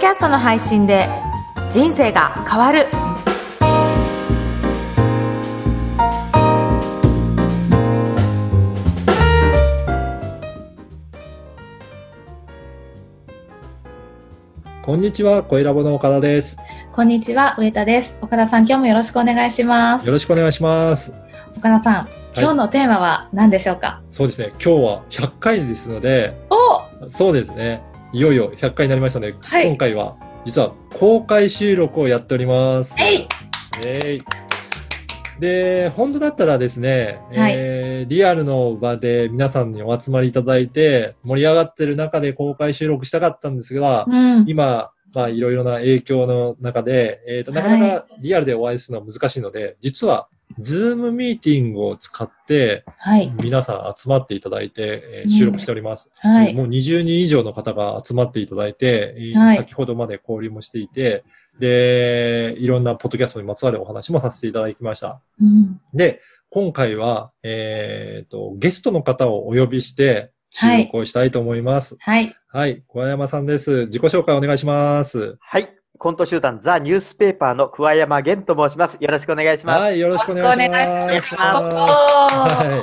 キャストの配信で人生が変わる。 こんにちは、声ラボの岡田です。 こんにちは、上田です。岡田さん、今日もよろしくお願いします。 よろしくお願いします。 岡田さん、今日のテーマは何でしょうか？ そうですね、今日は100回ですので、そうですね、いよいよ100回になりましたので、はい、今回は実は公開収録をやっております。で、本当だったらですね、リアルの場で皆さんにお集まりいただいて、盛り上がってる中で公開収録したかったんですが、今、いろいろな影響の中で、なかなかリアルでお会いするのは難しいので、実は、ズームミーティングを使って、皆さん集まっていただいて、収録しております。もう20人以上の方が集まっていただいて、先ほどまで交流もしていて、で、いろんなポッドキャストにまつわるお話もさせていただきました。で、今回は、ゲストの方をお呼びして、収録をしたいと思います。はい。桑山さんです。自己紹介お願いします。 はい。コント集団ザ・ニュースペーパーの桑山源と申します。よろしくお願いします。 はい、よろしくお願いします。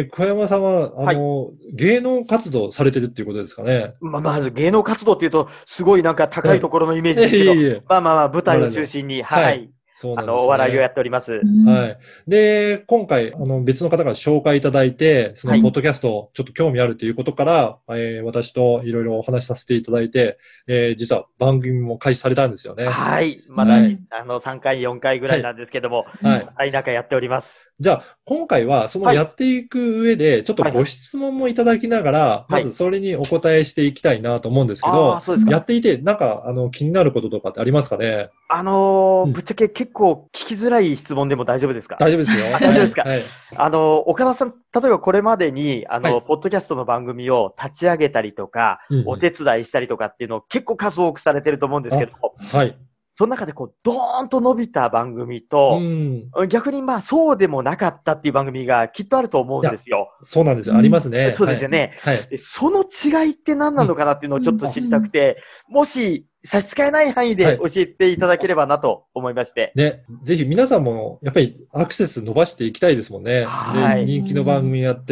桑山さんは、芸能活動されてるっていうことですかね。 まず芸能活動っていうと、すごいなんか高いところのイメージですけど、舞台を中心に、そうなんですね。お笑いをやっております。 はい。で、今回、別の方から紹介いただいて、そのポッドキャスト、ちょっと興味あるということから、私といろいろお話しさせていただいて、実は番組も開始されたんですよね。 はい。まだ、3回、4回ぐらいなんですけども、中やっております。 じゃあ、今回は、そのやっていく上で、ちょっとご質問もいただきながら、まずそれにお答えしていきたいなと思うんですけど、やっていて、なんか、気になることとかってありますかね？ ぶっちゃけ結構聞きづらい質問でも大丈夫ですか？ 大丈夫ですよ。 大丈夫ですか？岡田さん、例えばこれまでに、ポッドキャストの番組を立ち上げたりとか、お手伝いしたりとかっていうのを結構数多くされてると思うんですけど、その中でドーンと伸びた番組と、逆にそうでもなかったっていう番組がきっとあると思うんですよ。 そうなんですよ。ありますね。 そうですよね。その違いって何なのかなっていうのをちょっと知りたくて、もし差し支えない範囲で教えていただければなと思いまして。 ね、ぜひ皆さんもやっぱりアクセス伸ばしていきたいですもんね。で、人気の番組やって、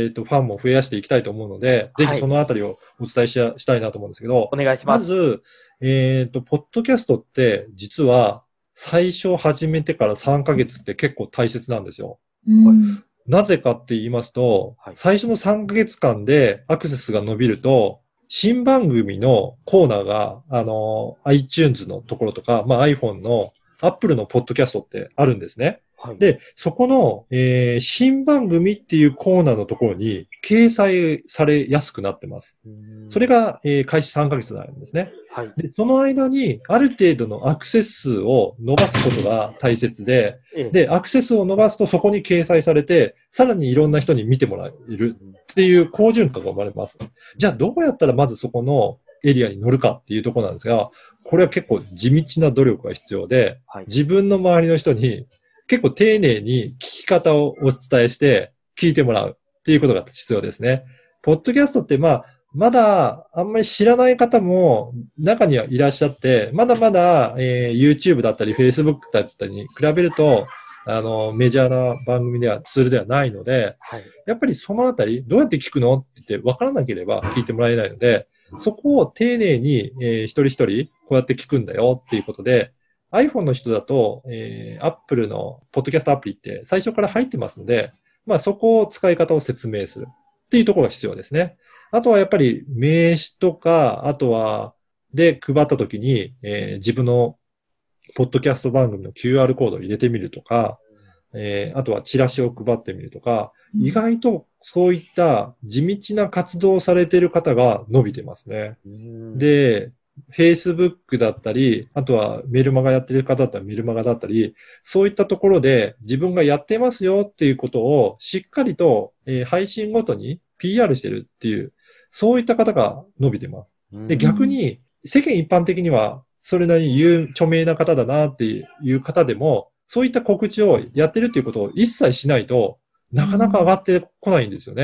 ファンも増やしていきたいと思うので、ぜひそのあたりをお伝えしたいなと思うんですけど、 お願いします。 まず、ポッドキャストって実は最初始めてから3ヶ月って結構大切なんですよ。なぜかって言いますと、最初の3ヶ月間でアクセスが伸びると、新番組のコーナーが、iTunes のところとか、iPhone の Apple のポッドキャストってあるんですね。で、そこの、新番組っていうコーナーのところに掲載されやすくなってます。それが、開始3ヶ月なんですね。で、その間にある程度のアクセス数を伸ばすことが大切で、で、アクセスを伸ばすとそこに掲載されて、さらにいろんな人に見てもらえるっていう好循環が生まれます。じゃあどうやったらまずそこのエリアに乗るかっていうところなんですが、これは結構地道な努力が必要で、自分の周りの人に結構丁寧に聞き方をお伝えして聞いてもらうっていうことが必要ですね。ポッドキャストってまだあんまり知らない方も中にはいらっしゃって、まだまだ、YouTube だったり Facebook だったりに比べると、メジャーな番組では、ツールではないので、やっぱりそのあたり、どうやって聞くのって言って分からなければ聞いてもらえないので、そこを丁寧に、一人一人こうやって聞くんだよっていうことで、iPhone の人だと、Apple のポッドキャストアプリって最初から入ってますので、そこを使い方を説明するっていうところが必要ですね。あとはやっぱり名刺とか、あとは、で配った時に、自分のポッドキャスト番組の QR コードを入れてみるとか、あとはチラシを配ってみるとか、意外とそういった地道な活動をされている方が伸びてますね。で、Facebook だったり、あとはメルマガやってる方だったらメルマガだったり、そういったところで自分がやってますよっていうことをしっかりと、配信ごとに PR してるっていう、そういった方が伸びてます。で、逆に世間一般的にはそれなりに著名な方だなっていう方でも、そういった告知をやってるっていうことを一切しないとなかなか上がってこないんですよね。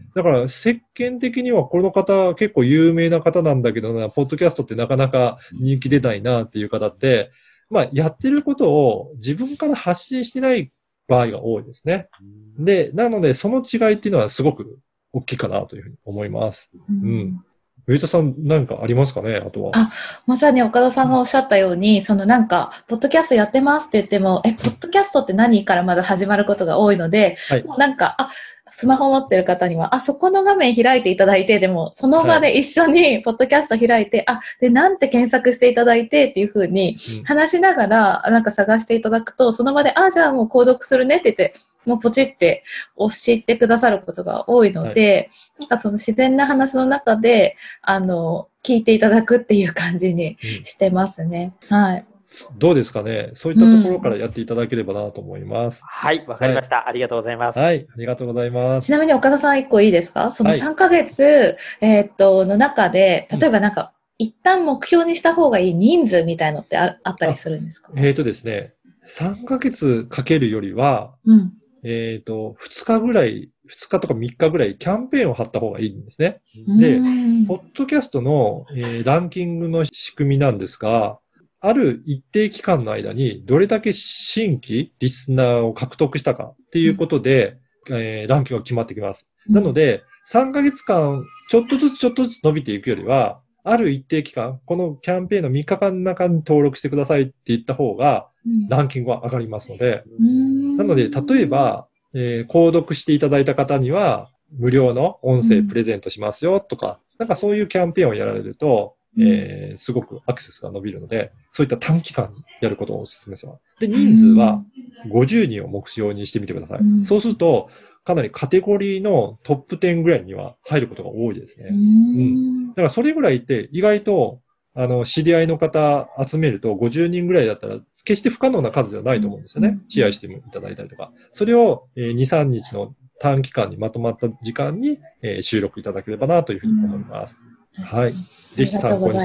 だから世間的にはこの方結構有名な方なんだけどな、ポッドキャストってなかなか人気出ないなっていう方って、やってることを自分から発信してない場合が多いですね。で、なのでその違いっていうのはすごく大きいかなというふうに思います。上田さん何かありますかね、あとは。 まさに岡田さんがおっしゃったように、ポッドキャストやってますって言っても、ポッドキャストって何からまだ始まることが多いので、もうスマホ持ってる方には、そこの画面開いていただいて、でも、その場で一緒にポッドキャスト開いて、で、なんて検索していただいてっていう風に話しながら、探していただくと、その場で、じゃあもう購読するねって言って、もうポチって押してくださることが多いので、その自然な話の中で、聞いていただくっていう感じにしてますね。はい。 どうですかね。そういったところからやっていただければなと思います。 はい、わかりました。ありがとうございます。 はい、ありがとうございます。 ちなみに岡田さん1個いいですか？その3ヶ月、の中で、例えば一旦目標にした方がいい人数みたいのってあったりするんですか？ ですね、3ヶ月かけるよりは、2日ぐらい、2日とか3日ぐらいキャンペーンを貼った方がいいんですね。で、ポッドキャストの、ランキングの仕組みなんですが、ある一定期間の間にどれだけ新規リスナーを獲得したかっていうことで、ランキングが決まってきます。なので、3ヶ月間ちょっとずつ伸びていくよりは、ある一定期間、このキャンペーンの3日間の中に登録してくださいって言った方が、ランキングは上がりますので、なので、例えば、購読していただいた方には、無料の音声プレゼントしますよとか、そういうキャンペーンをやられると、すごくアクセスが伸びるので、そういった短期間にやることをお勧めします。で、人数は50人を目標にしてみてください。そうすると、かなりカテゴリーのトップ10ぐらいには入ることが多いですね。だからそれぐらいって意外と、知り合いの方集めると50人ぐらいだったら決して不可能な数じゃないと思うんですよね。シェアしていただいたりとか。それを2、3日の短期間にまとまった時間に収録いただければなというふうに思います。はい。ぜひ参考にして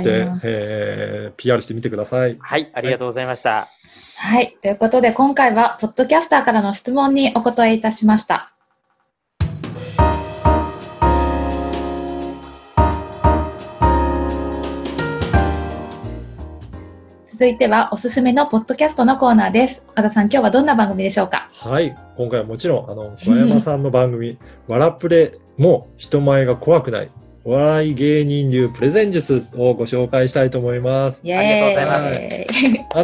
、PR してみてください。 はい、ありがとうございました。 はい。ということで、今回は、ポッドキャスターからの質問にお答えいたしました。続いては、おすすめのポッドキャストのコーナーです。岡田さん、今日はどんな番組でしょうか？ はい。今回はもちろん、小山さんの番組、わらプレも人前が怖くない。お笑い芸人流プレゼン術をご紹介したいと思います。 ありがとうございます。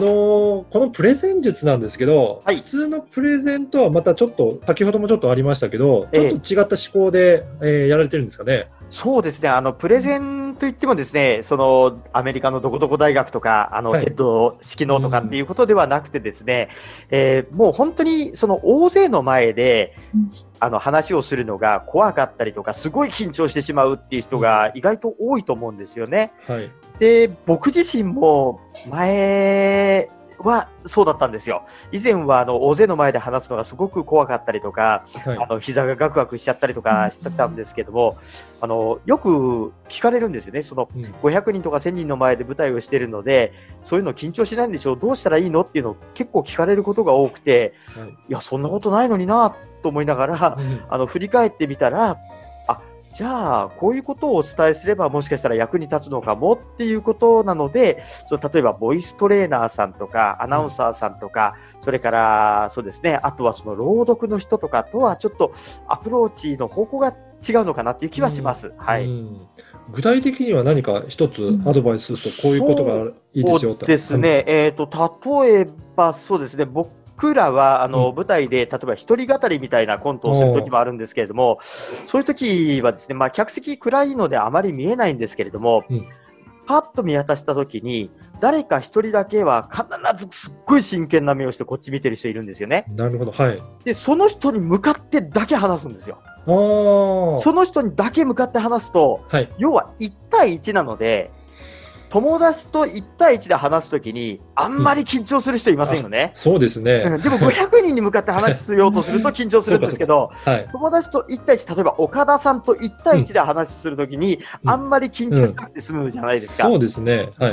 このプレゼン術なんですけど、普通のプレゼンとはまたちょっと、先ほどもちょっとありましたけど、ちょっと違った思考で、やられてるんですかね。 そうですね。プレゼンといってもですね、アメリカのどこどこ大学とか、テッド式のとかっていうことではなくてですね、もう本当に大勢の前で、話をするのが怖かったりとか、すごい緊張してしまうっていう人が意外と多いと思うんですよね。で、僕自身も前はそうだったんですよ。以前は大勢の前で話すのがすごく怖かったりとか、膝がガクガクしちゃったりとかしてたんですけども、よく聞かれるんですよね。500人とか1000人の前で舞台をしているので、そういうの緊張しないんでしょう、どうしたらいいのっていうのを結構聞かれることが多くて、いや、そんなことないのになと思いながら、振り返ってみたら、じゃあ、こういうことをお伝えすればもしかしたら役に立つのかもっていうことなので、例えばボイストレーナーさんとかアナウンサーさんとか、それからそうですね、あとは朗読の人とかとはちょっとアプローチの方向が違うのかなっていう気はします。はい。 具体的には何か一つアドバイスするとこういうことがいいですよと。 そうですね。例えばそうですね、僕らは舞台で例えば一人語りみたいなコントをする時もあるんですけれども、そういう時はですね、客席暗いのであまり見えないんですけれども、パッと見渡した時に誰か一人だけは必ずすっごい真剣な目をしてこっち見てる人いるんですよね。 なるほど。はい。 で、その人に向かってだけ話すんですよ。その人にだけ向かって話すと、要は1対1なので、友達と1対1で話すときにあんまり緊張する人いませんよね。 そうですね。 でも500人に向かって話しようとすると緊張するんですけど、友達と1対1、例えば岡田さんと1対1で話するときにあんまり緊張しなくて済むじゃないですか。 そうですね。はい。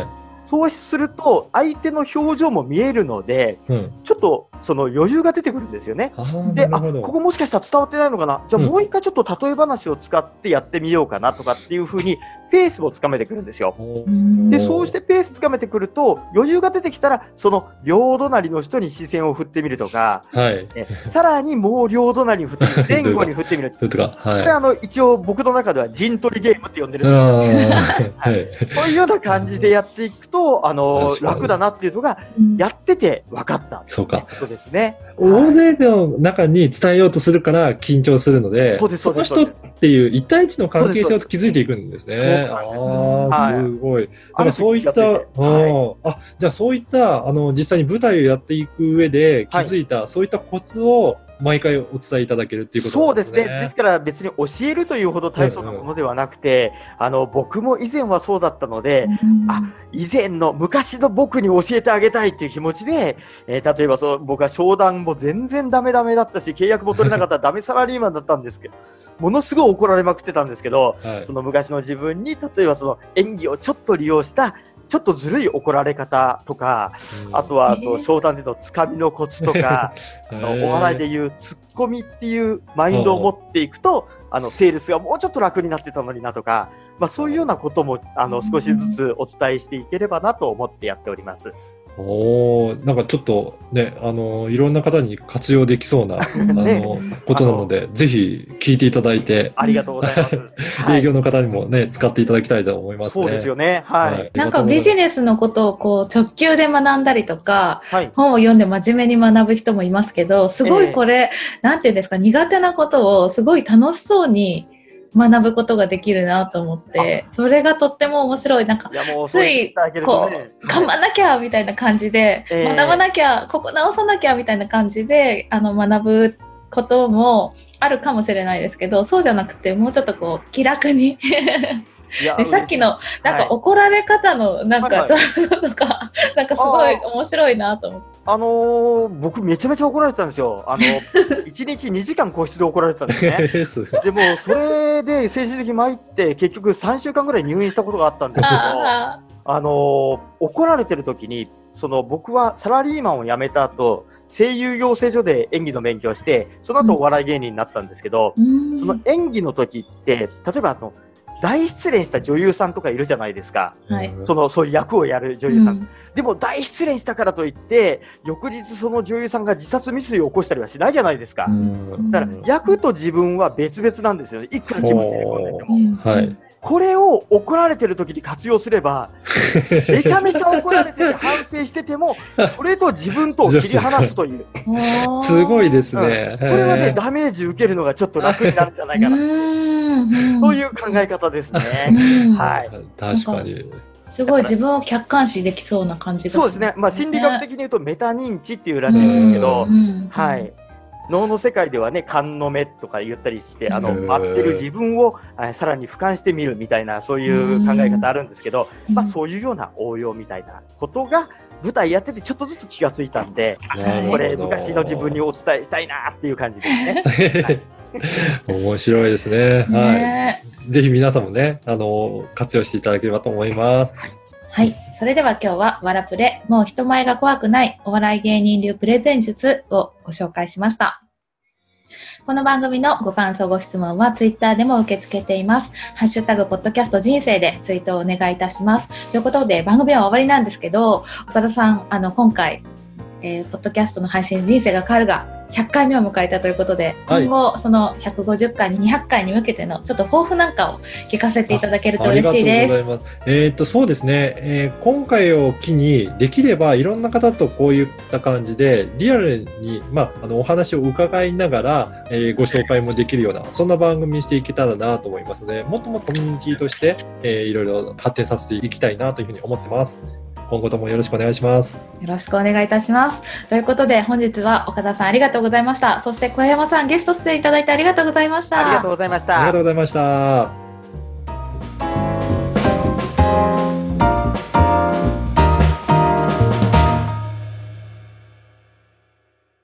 そうすると相手の表情も見えるので、ちょっとその余裕が出てくるんですよね。で、ここもしかしたら伝わってないのかな、じゃあもう一回ちょっと例え話を使ってやってみようかなとかっていう風にペースもつかめてくるんですよ。で、そうしてペースつかめてくると余裕が出てきたら、その両隣の人に視線を振ってみるとか、さらにもう両隣に振ってみる、前後に振ってみる。これ一応僕の中では陣取りゲームって呼んでるんですけど、こういうような感じでやっていくと楽だなっていうのがやってて分かったということですね。 大勢の中に伝えようとするから緊張するので、その人っていう一対一の関係性を築いていくんですね。すごい。だからそういった、じゃあそういった実際に舞台をやっていく上で気づいた、そういったコツを毎回お伝えいただけるっていうことなんですね。 そうですね。ですから別に教えるというほど大層なものではなくて、僕も以前はそうだったので、以前の昔の僕に教えてあげたいっていう気持ちで、例えば僕は商談も全然ダメだったし、契約も取れなかったダメサラリーマンだったんですけど、ものすごい怒られまくってたんですけど、その昔の自分に例えばその演技をちょっと利用したちょっとずるい怒られ方とか、あとは商談でのつかみのコツとか、お笑いでいうツッコミっていうマインドを持っていくと、セールスがもうちょっと楽になってたのになとか、そういうようなことも少しずつお伝えしていければなと思ってやっております。 なんかちょっとね、いろんな方に活用できそうな、ことなので、ぜひ聞いていただいて。 ありがとうございます。 営業の方にもね、使っていただきたいと思いますね。 そうですよね。 なんかビジネスのことをこう直球で学んだりとか、本を読んで真面目に学ぶ人もいますけど、すごいこれ、なんていうんですか、苦手なことをすごい楽しそうに学ぶことができるなと思って、それがとっても面白い。なんかついこう頑張んなきゃみたいな感じで、学ばなきゃ、ここ直さなきゃみたいな感じで学ぶこともあるかもしれないですけど、そうじゃなくてもうちょっとこう気楽にでさっきのなんか怒られ方のなんかとかなんかすごい面白いなと思って。 僕めちゃめちゃ怒られてたんですよ。1日2時間個室で怒られてたんですね。でもそれで精神的に参って結局3週間ぐらい入院したことがあったんですけど、怒られてる時に僕はサラリーマンを辞めた後、声優養成所で演技の勉強をして、その後お笑い芸人になったんですけど、その演技の時って例えば大失恋した女優さんとかいるじゃないですか。そういう役をやる女優さん。でも大失恋したからといって、翌日その女優さんが自殺未遂を起こしたりはしないじゃないですか。だから役と自分は別々なんですよね。いくら気持ちで込んでても。これを怒られてる時に活用すれば、めちゃめちゃ怒られてて反省してても、それと自分とを切り離すという。 すごいですね。 これはね、ダメージ受けるのがちょっと楽になるんじゃないかな。そういう考え方ですね。 確かに。 すごい自分を客観視できそうな感じがそうですね。心理学的に言うとメタ認知っていうらしいんですけど、脳の世界ではね、勘の目とか言ったりして、待ってる自分をさらに俯瞰してみるみたいな、そういう考え方あるんですけど、そういうような応用みたいなことが舞台やっててちょっとずつ気がついたんで、これ昔の自分にお伝えしたいなっていう感じですね。 面白いですね。ぜひ皆さんもね、活用していただければと思います。 はい。それでは今日はわらプレ、もう人前が怖くないお笑い芸人流プレゼン術をご紹介しました。この番組のご感想ご質問はツイッターでも受け付けています。ハッシュタグポッドキャスト人生でツイートをお願いいたします。ということで番組は終わりなんですけど、岡田さん、今回、ポッドキャストの配信人生が変わるが100回目を迎えたということで、今後その150回に200回に向けてのちょっと抱負なんかを聞かせていただけると嬉しいです。 ありがとうございます。そうですね、今回を機にできればいろんな方とこういった感じでリアルに、お話を伺いながら、ご紹介もできるようなそんな番組にしていけたらなと思いますので、もっともっとコミュニティとして、いろいろ発展させていきたいなというふうに思ってます。今後ともよろしくお願いします。 よろしくお願いいたします。ということで本日は岡田さんありがとうございました。そして小山さんゲスト出演いただいてありがとうございました。 ありがとうございました。 ありがとうございました。